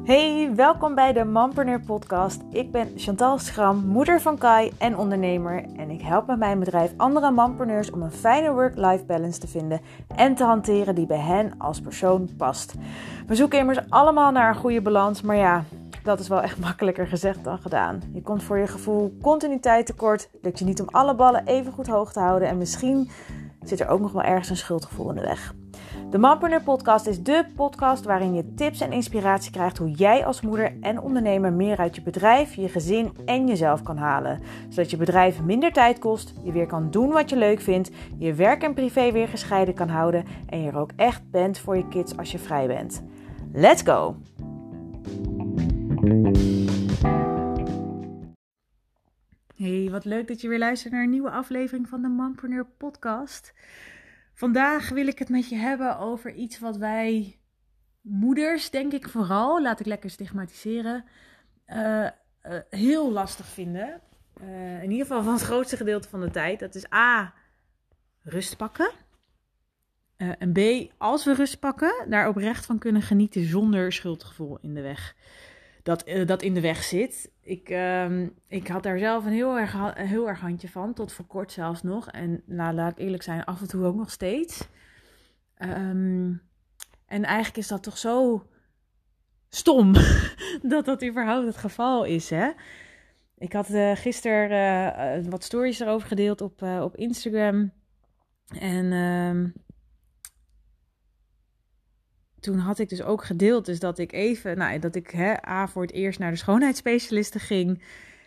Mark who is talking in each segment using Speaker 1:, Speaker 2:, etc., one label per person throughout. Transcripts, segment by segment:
Speaker 1: Hey, welkom bij de Mompreneur podcast. Ik ben Chantal Schram, moeder van Kai en ondernemer. En ik help met mijn bedrijf andere mompreneurs om een fijne work-life balance te vinden en te hanteren die bij hen als persoon past. We zoeken immers allemaal naar een goede balans, maar ja, dat is wel echt makkelijker gezegd dan gedaan. Je komt voor je gevoel continuïteit tekort, lukt je niet om alle ballen even goed hoog te houden en misschien zit er ook nog wel ergens een schuldgevoel in de weg. De Mompreneur podcast is dé podcast waarin je tips en inspiratie krijgt hoe jij als moeder en ondernemer meer uit je bedrijf, je gezin en jezelf kan halen. Zodat je bedrijf minder tijd kost, je weer kan doen wat je leuk vindt, je werk en privé weer gescheiden kan houden en je er ook echt bent voor je kids als je vrij bent. Let's go! Hey, wat leuk dat je weer luistert naar een nieuwe aflevering van de Mompreneur podcast. Vandaag wil ik het met je hebben over iets wat wij moeders, denk ik vooral, laat ik lekker stigmatiseren, heel lastig vinden. In ieder geval van het grootste gedeelte van de tijd. Dat is A, rust pakken. En B, als we rust pakken, daar oprecht van kunnen genieten zonder schuldgevoel in de weg. Dat in de weg zit. Ik had daar zelf een heel erg handje van, tot voor kort zelfs nog. En nou, laat ik eerlijk zijn, af en toe ook nog steeds. En eigenlijk is dat toch zo stom dat überhaupt het geval is, hè? Ik had gisteren wat stories erover gedeeld op Instagram. En toen had ik dus ook gedeeld dus dat ik even, dat ik voor het eerst naar de schoonheidsspecialiste ging.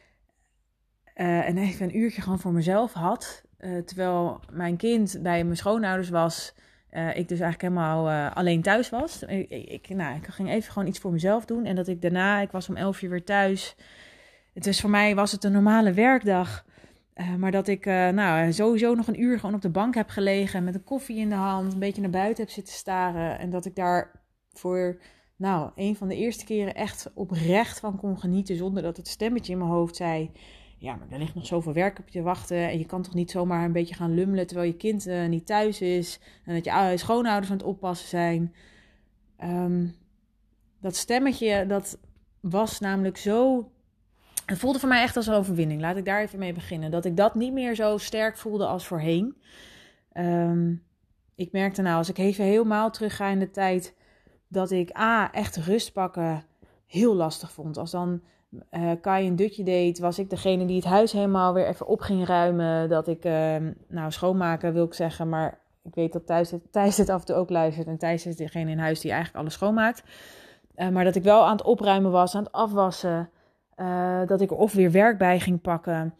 Speaker 1: En even een uurtje gewoon voor mezelf had. Terwijl mijn kind bij mijn schoonouders was. Ik dus eigenlijk helemaal alleen thuis was. Ik ging even gewoon iets voor mezelf doen. En dat ik daarna, ik was om 11 uur weer thuis. Dus voor mij was het een normale werkdag. Maar dat ik sowieso nog een uur gewoon op de bank heb gelegen. Met een koffie in de hand. Een beetje naar buiten heb zitten staren. En dat ik daar voor een van de eerste keren echt oprecht van kon genieten. Zonder dat het stemmetje in mijn hoofd zei: ja, maar er ligt nog zoveel werk op je te wachten. En je kan toch niet zomaar een beetje gaan lummelen terwijl je kind niet thuis is. En dat je schoonouders aan het oppassen zijn. Dat stemmetje, dat was namelijk zo. Het voelde voor mij echt als een overwinning. Laat ik daar even mee beginnen. Dat ik dat niet meer zo sterk voelde als voorheen. Ik merkte als ik even helemaal terugga in de tijd, dat ik echt rust pakken heel lastig vond. Als dan Kai een dutje deed, was ik degene die het huis helemaal weer even op ging ruimen. Dat ik, schoonmaken wil ik zeggen, maar ik weet dat Thijs dit af en toe ook luistert. En Thijs is degene in huis die eigenlijk alles schoonmaakt. Maar dat ik wel aan het opruimen was, aan het afwassen. Dat ik er of weer werk bij ging pakken.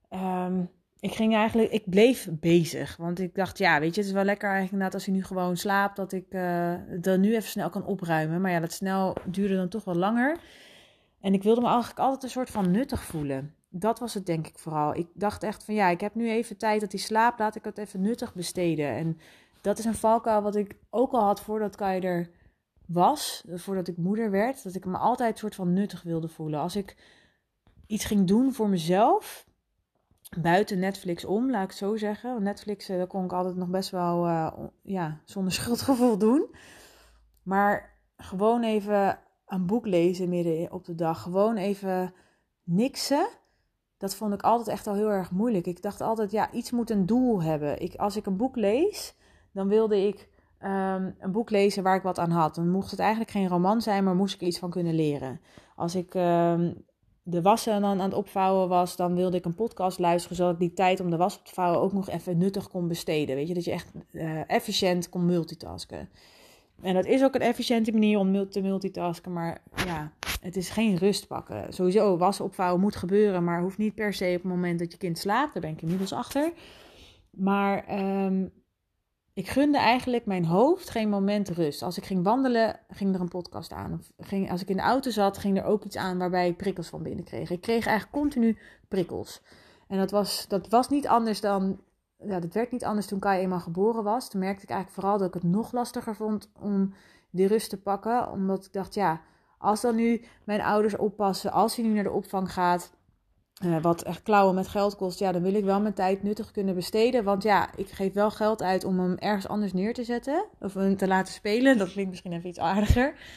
Speaker 1: Ik bleef bezig. Want ik dacht, het is wel lekker eigenlijk inderdaad als hij nu gewoon slaapt, dat ik dan nu even snel kan opruimen. Maar ja, dat snel duurde dan toch wel langer. En ik wilde me eigenlijk altijd een soort van nuttig voelen. Dat was het denk ik vooral. Ik dacht echt van ik heb nu even tijd dat hij slaapt, laat ik het even nuttig besteden. En dat is een valkuil wat ik ook al had voordat Kai er was, voordat ik moeder werd, dat ik me altijd een soort van nuttig wilde voelen. Als ik iets ging doen voor mezelf, buiten Netflix om, laat ik het zo zeggen. Want Netflix, dat kon ik altijd nog best wel zonder schuldgevoel doen. Maar gewoon even een boek lezen midden op de dag, gewoon even niksen, dat vond ik altijd echt al heel erg moeilijk. Ik dacht altijd, iets moet een doel hebben. Als ik een boek lees, dan wilde ik een boek lezen waar ik wat aan had. Dan mocht het eigenlijk geen roman zijn, maar moest ik er iets van kunnen leren. Als ik de wassen dan aan het opvouwen was, dan wilde ik een podcast luisteren, zodat ik die tijd om de was op te vouwen ook nog even nuttig kon besteden. Weet je, dat je echt efficiënt kon multitasken. En dat is ook een efficiënte manier om te multitasken, maar het is geen rust pakken. Sowieso, wassen opvouwen moet gebeuren, maar hoeft niet per se op het moment dat je kind slaapt. Daar ben ik inmiddels achter. Maar ik gunde eigenlijk mijn hoofd geen moment rust. Als ik ging wandelen, ging er een podcast aan. Als ik in de auto zat, ging er ook iets aan waarbij ik prikkels van binnen kreeg. Ik kreeg eigenlijk continu prikkels. En dat was niet anders dan. Dat werd niet anders toen Kai eenmaal geboren was. Toen merkte ik eigenlijk vooral dat ik het nog lastiger vond om die rust te pakken. Omdat ik dacht, als dan nu mijn ouders oppassen, als hij nu naar de opvang gaat, wat echt klauwen met geld kost, dan wil ik wel mijn tijd nuttig kunnen besteden. Want ik geef wel geld uit om hem ergens anders neer te zetten. Of hem te laten spelen. Dat klinkt misschien even iets aardiger.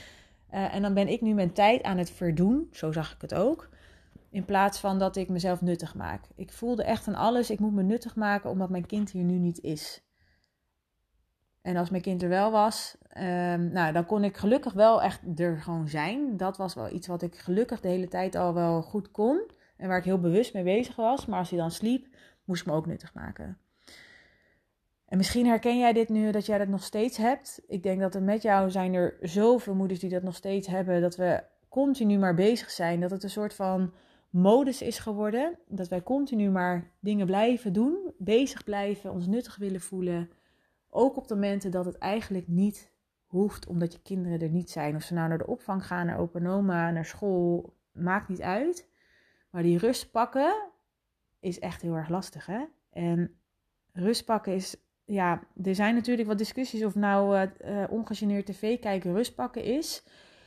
Speaker 1: En dan ben ik nu mijn tijd aan het verdoen, zo zag ik het ook. In plaats van dat ik mezelf nuttig maak. Ik voelde echt aan alles, ik moet me nuttig maken omdat mijn kind hier nu niet is. En als mijn kind er wel was, dan kon ik gelukkig wel echt er gewoon zijn. Dat was wel iets wat ik gelukkig de hele tijd al wel goed kon. En waar ik heel bewust mee bezig was. Maar als hij dan sliep, moest ik me ook nuttig maken. En misschien herken jij dit nu, dat jij dat nog steeds hebt. Ik denk dat er met jou zijn er zoveel moeders die dat nog steeds hebben. Dat we continu maar bezig zijn. Dat het een soort van modus is geworden. Dat wij continu maar dingen blijven doen. Bezig blijven, ons nuttig willen voelen. Ook op de momenten dat het eigenlijk niet hoeft, omdat je kinderen er niet zijn. Of ze nou naar de opvang gaan, naar opa en oma, naar school, maakt niet uit. Maar die rust pakken is echt heel erg lastig, hè? En rust pakken is, ja, er zijn natuurlijk wat discussies of nou ongegeneerd tv kijken rust pakken is.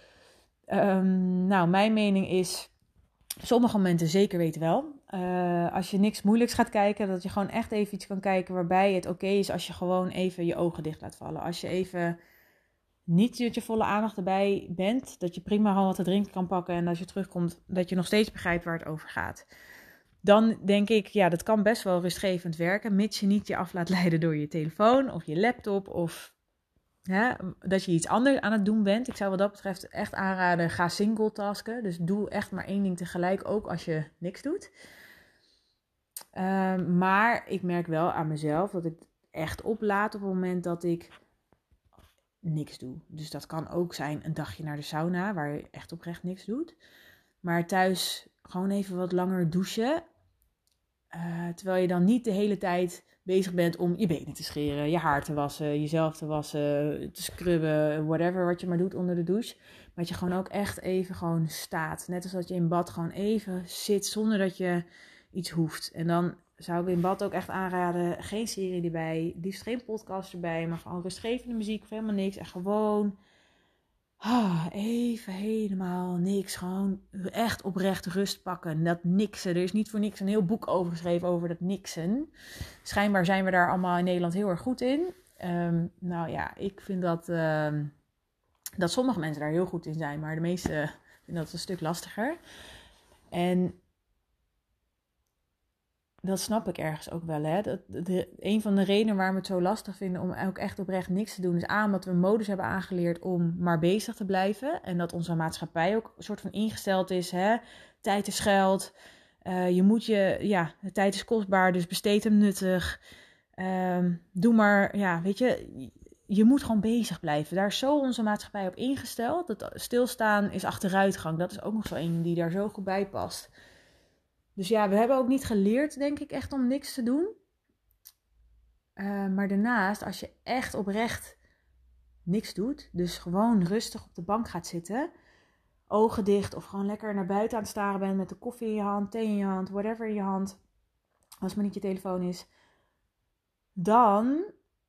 Speaker 1: Mijn mening is, sommige momenten zeker weten wel. Als je niks moeilijks gaat kijken, dat je gewoon echt even iets kan kijken waarbij het oké is als je gewoon even je ogen dicht laat vallen. Als je even niet met je volle aandacht erbij bent, dat je prima gewoon wat te drinken kan pakken en als je terugkomt, dat je nog steeds begrijpt waar het over gaat. Dan denk ik, ja, dat kan best wel rustgevend werken, mits je niet je af laat leiden door je telefoon of je laptop of dat je iets anders aan het doen bent. Ik zou wat dat betreft echt aanraden, ga singletasken. Dus doe echt maar één ding tegelijk, ook als je niks doet. Maar ik merk wel aan mezelf dat ik echt oplaad op het moment dat ik niks doe. Dus dat kan ook zijn een dagje naar de sauna, waar je echt oprecht niks doet. Maar thuis gewoon even wat langer douchen. Terwijl je dan niet de hele tijd bezig bent om je benen te scheren, je haar te wassen, jezelf te wassen, te scrubben, whatever wat je maar doet onder de douche. Maar dat je gewoon ook echt even gewoon staat. Net als dat je in bad gewoon even zit zonder dat je iets hoeft. En dan zou ik in bad ook echt aanraden, geen serie erbij, liefst geen podcast erbij, maar gewoon rustgevende muziek of helemaal niks. En gewoon even helemaal niks. Gewoon echt oprecht rust pakken. Dat niksen. Er is niet voor niks een heel boek over geschreven over dat niksen. Schijnbaar zijn we daar allemaal in Nederland heel erg goed in. Ik vind dat sommige mensen daar heel goed in zijn. Maar de meeste vinden dat een stuk lastiger. En dat snap ik ergens ook wel. Hè? Een van de redenen waarom we het zo lastig vinden om ook echt oprecht niks te doen, is omdat we een modus hebben aangeleerd om maar bezig te blijven. En dat onze maatschappij ook een soort van ingesteld is. Hè? Tijd is geld. De tijd is kostbaar, dus besteed hem nuttig. Doe maar, weet je moet gewoon bezig blijven. Daar is zo onze maatschappij op ingesteld. Dat stilstaan is achteruitgang. Dat is ook nog zo een die daar zo goed bij past. Dus ja, we hebben ook niet geleerd, denk ik, echt om niks te doen. Maar daarnaast, als je echt oprecht niks doet, dus gewoon rustig op de bank gaat zitten, ogen dicht of gewoon lekker naar buiten aan het staren bent met de koffie in je hand, thee in je hand, whatever in je hand, als het maar niet je telefoon is, dan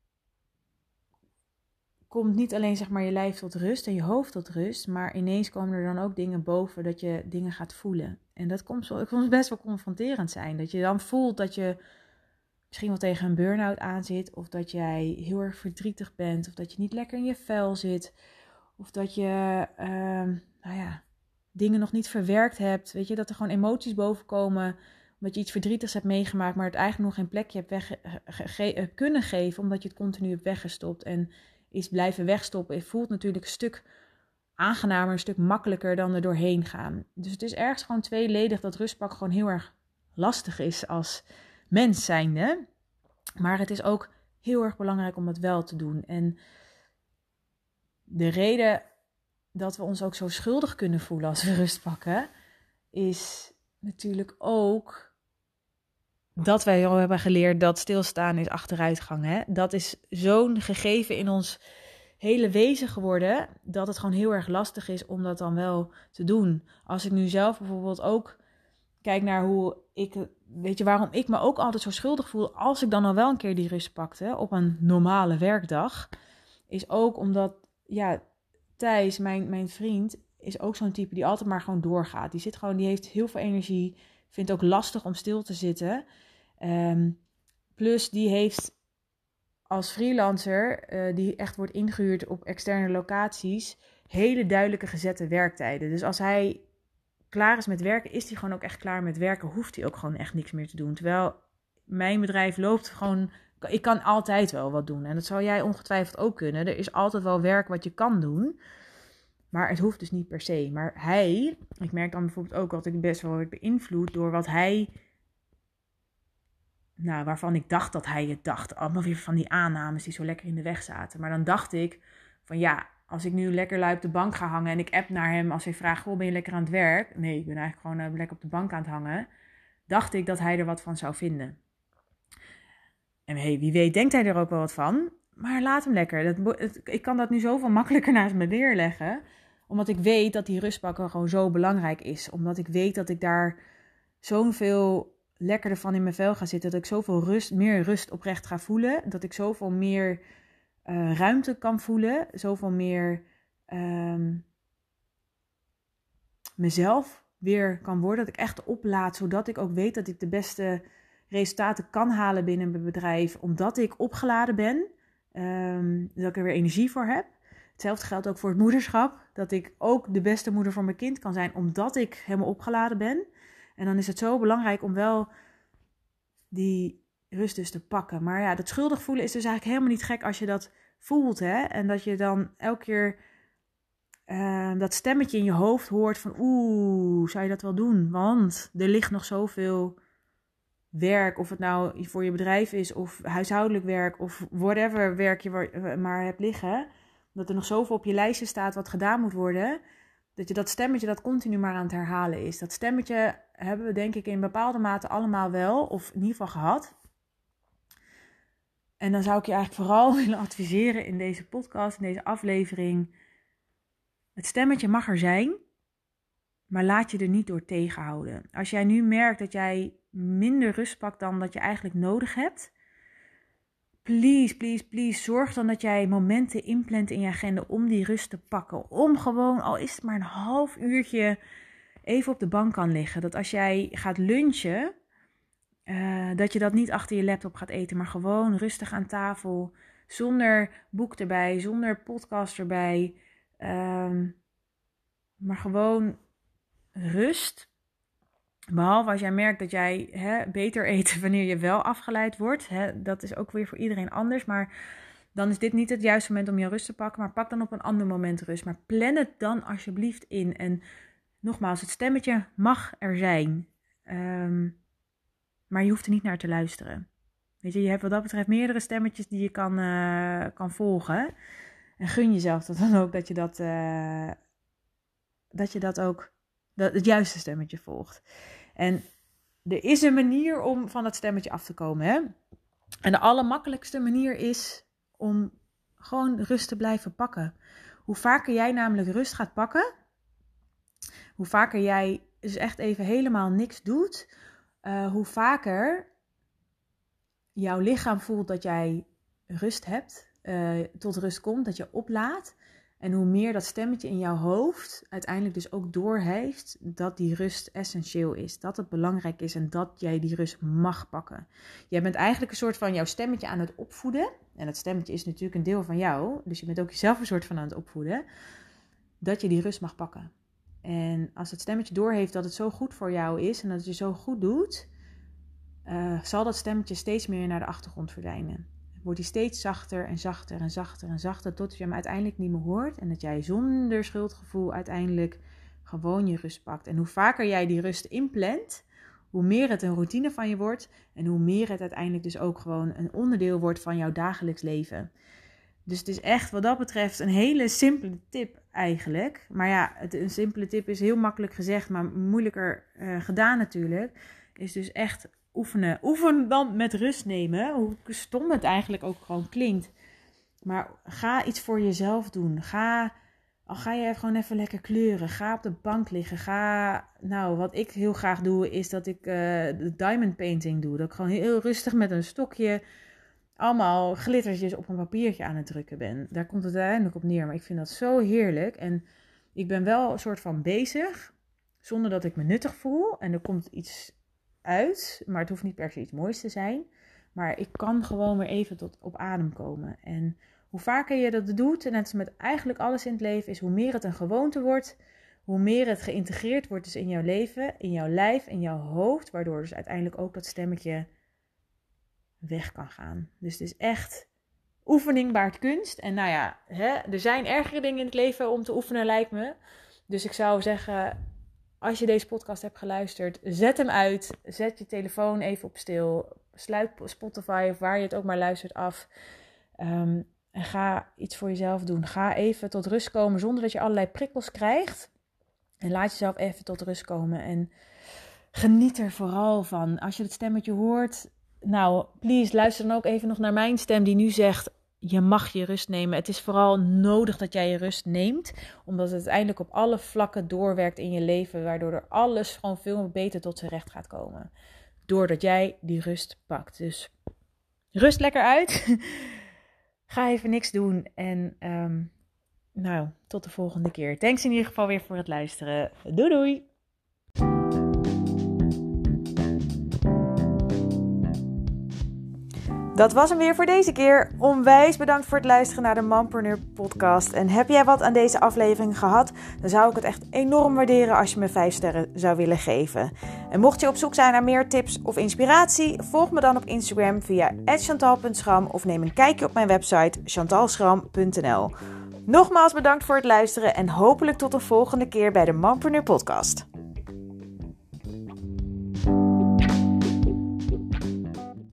Speaker 1: komt niet alleen zeg maar je lijf tot rust en je hoofd tot rust, maar ineens komen er dan ook dingen boven dat je dingen gaat voelen. En dat komt soms best wel confronterend zijn. Dat je dan voelt dat je misschien wel tegen een burn-out aan zit, of dat jij heel erg verdrietig bent, of dat je niet lekker in je vel zit, of dat je dingen nog niet verwerkt hebt. Weet je, dat er gewoon emoties bovenkomen omdat je iets verdrietigs hebt meegemaakt, maar het eigenlijk nog geen plekje hebt kunnen geven, omdat je het continu hebt weggestopt. En is blijven wegstoppen. Het voelt natuurlijk een stuk aangenamer, een stuk makkelijker dan er doorheen gaan. Dus het is ergens gewoon tweeledig dat rustpak gewoon heel erg lastig is als mens zijnde. Maar het is ook heel erg belangrijk om het wel te doen. En de reden dat we ons ook zo schuldig kunnen voelen als we rust pakken, is natuurlijk ook dat wij al hebben geleerd dat stilstaan is achteruitgang. Hè? Dat is zo'n gegeven in ons hele wezen geworden, dat het gewoon heel erg lastig is om dat dan wel te doen. Als ik nu zelf bijvoorbeeld ook kijk naar hoe ik, weet je waarom ik me ook altijd zo schuldig voel als ik dan al wel een keer die rust pakte op een normale werkdag, is ook omdat, Thijs, mijn vriend, is ook zo'n type die altijd maar gewoon doorgaat. Die heeft heel veel energie, vindt het ook lastig om stil te zitten. Plus die heeft als freelancer, die echt wordt ingehuurd op externe locaties, hele duidelijke gezette werktijden. Dus als hij klaar is met werken, is hij gewoon ook echt klaar met werken. Hoeft hij ook gewoon echt niks meer te doen. Terwijl mijn bedrijf loopt gewoon... Ik kan altijd wel wat doen. En dat zou jij ongetwijfeld ook kunnen. Er is altijd wel werk wat je kan doen. Maar het hoeft dus niet per se. Maar hij... Ik merk dan bijvoorbeeld ook dat ik best wel word beïnvloed door wat hij... Nou, waarvan ik dacht dat hij het dacht. Allemaal weer van die aannames die zo lekker in de weg zaten. Maar dan dacht ik van ja, als ik nu lekker lui op de bank ga hangen en ik app naar hem als hij vraagt, goh, ben je lekker aan het werk? Nee, ik ben eigenlijk gewoon lekker op de bank aan het hangen. Dacht ik dat hij er wat van zou vinden. En hey, wie weet denkt hij er ook wel wat van. Maar laat hem lekker. Ik kan dat nu zoveel makkelijker naast me neerleggen. Omdat ik weet dat die rustpakken gewoon zo belangrijk is. Omdat ik weet dat ik daar zoveel lekkerder van in mijn vel ga zitten. Dat ik zoveel meer rust oprecht ga voelen. Dat ik zoveel meer ruimte kan voelen. Zoveel meer mezelf weer kan worden. Dat ik echt oplaad. Zodat ik ook weet dat ik de beste resultaten kan halen binnen mijn bedrijf. Omdat ik opgeladen ben. Dat ik er weer energie voor heb. Hetzelfde geldt ook voor het moederschap. Dat ik ook de beste moeder voor mijn kind kan zijn. Omdat ik helemaal opgeladen ben. En dan is het zo belangrijk om wel die rust dus te pakken. Maar ja, dat schuldig voelen is dus eigenlijk helemaal niet gek als je dat voelt. Hè? En dat je dan elke keer dat stemmetje in je hoofd hoort van zou je dat wel doen? Want er ligt nog zoveel werk. Of het nou voor je bedrijf is of huishoudelijk werk of whatever werk je maar hebt liggen. Dat er nog zoveel op je lijstje staat wat gedaan moet worden. Dat je dat stemmetje dat continu maar aan het herhalen is. Dat stemmetje hebben we denk ik in bepaalde mate allemaal wel. Of in ieder geval gehad. En dan zou ik je eigenlijk vooral willen adviseren in deze podcast, in deze aflevering. Het stemmetje mag er zijn. Maar laat je er niet door tegenhouden. Als jij nu merkt dat jij minder rust pakt dan dat je eigenlijk nodig hebt. Please, please, please. Zorg dan dat jij momenten inplant in je agenda om die rust te pakken. Om gewoon, al is het maar een half uurtje, even op de bank kan liggen. Dat als jij gaat lunchen, dat je dat niet achter je laptop gaat eten. Maar gewoon rustig aan tafel. Zonder boek erbij, zonder podcast erbij. Maar gewoon rust. Behalve als jij merkt dat jij beter eet wanneer je wel afgeleid wordt. Dat is ook weer voor iedereen anders. Maar dan is dit niet het juiste moment om je rust te pakken. Maar pak dan op een ander moment rust. Maar plan het dan alsjeblieft in. En nogmaals, het stemmetje mag er zijn. Maar je hoeft er niet naar te luisteren. Weet je hebt wat dat betreft meerdere stemmetjes die je kan volgen. En gun jezelf dat dan ook dat je dat ook het juiste stemmetje volgt. En er is een manier om van dat stemmetje af te komen. Hè? En de allermakkelijkste manier is om gewoon rust te blijven pakken. Hoe vaker jij namelijk rust gaat pakken, hoe vaker jij dus echt even helemaal niks doet, hoe vaker jouw lichaam voelt dat jij rust hebt, tot rust komt, dat je oplaadt. En hoe meer dat stemmetje in jouw hoofd uiteindelijk dus ook doorheeft dat die rust essentieel is. Dat het belangrijk is en dat jij die rust mag pakken. Jij bent eigenlijk een soort van jouw stemmetje aan het opvoeden. En dat stemmetje is natuurlijk een deel van jou. Dus je bent ook jezelf een soort van aan het opvoeden. Dat je die rust mag pakken. En als het stemmetje doorheeft dat het zo goed voor jou is en dat het je zo goed doet, zal dat stemmetje steeds meer naar de achtergrond verdwijnen. Wordt hij steeds zachter en zachter en zachter en zachter tot je hem uiteindelijk niet meer hoort. En dat jij zonder schuldgevoel uiteindelijk gewoon je rust pakt. En hoe vaker jij die rust inplant, hoe meer het een routine van je wordt. En hoe meer het uiteindelijk dus ook gewoon een onderdeel wordt van jouw dagelijks leven. Dus het is echt wat dat betreft een hele simpele tip eigenlijk. Maar ja, een simpele tip is heel makkelijk gezegd, maar moeilijker gedaan natuurlijk. Is dus echt oefenen. Oefen dan met rust nemen. Hoe stom het eigenlijk ook gewoon klinkt. Maar ga iets voor jezelf doen. Al ga je gewoon even lekker kleuren. Ga op de bank liggen. Wat ik heel graag doe is dat ik de diamond painting doe. Dat ik gewoon heel rustig met een stokje allemaal glittertjes op een papiertje aan het drukken ben. Daar komt het uiteindelijk op neer. Maar ik vind dat zo heerlijk. En ik ben wel een soort van bezig. Zonder dat ik me nuttig voel. En er komt iets uit. Maar het hoeft niet per se iets moois te zijn. Maar ik kan gewoon weer even tot op adem komen. En Hoe vaker je dat doet, en net als met eigenlijk alles in het leven, is hoe meer het een gewoonte wordt, hoe meer het geïntegreerd wordt dus in jouw leven, in jouw lijf, in jouw hoofd, waardoor dus uiteindelijk ook dat stemmetje weg kan gaan. Dus het is echt oefening baart kunst. En nou ja, er zijn ergere dingen in het leven om te oefenen, lijkt me. Dus ik zou zeggen, als je deze podcast hebt geluisterd, zet hem uit. Zet je telefoon even op stil. Sluit Spotify of waar je het ook maar luistert af. En ga iets voor jezelf doen. Ga even tot rust komen zonder dat je allerlei prikkels krijgt. En laat jezelf even tot rust komen. En geniet er vooral van. Als je het stemmetje hoort, nou, please, luister dan ook even nog naar mijn stem die nu zegt, je mag je rust nemen. Het is vooral nodig dat jij je rust neemt. Omdat het uiteindelijk op alle vlakken doorwerkt in je leven. Waardoor er alles gewoon veel beter tot zijn recht gaat komen. Doordat jij die rust pakt. Dus rust lekker uit. Ga even niks doen. En nou, tot de volgende keer. Thanks in ieder geval weer voor het luisteren. Doei doei! Dat was hem weer voor deze keer. Onwijs bedankt voor het luisteren naar de Mompreneur podcast. En heb jij wat aan deze aflevering gehad, dan zou ik het echt enorm waarderen als je me 5 sterren zou willen geven. En mocht je op zoek zijn naar meer tips of inspiratie, volg me dan op Instagram via @chantal.schram of neem een kijkje op mijn website chantalschram.nl. Nogmaals bedankt voor het luisteren en hopelijk tot een volgende keer bij de Mompreneur podcast.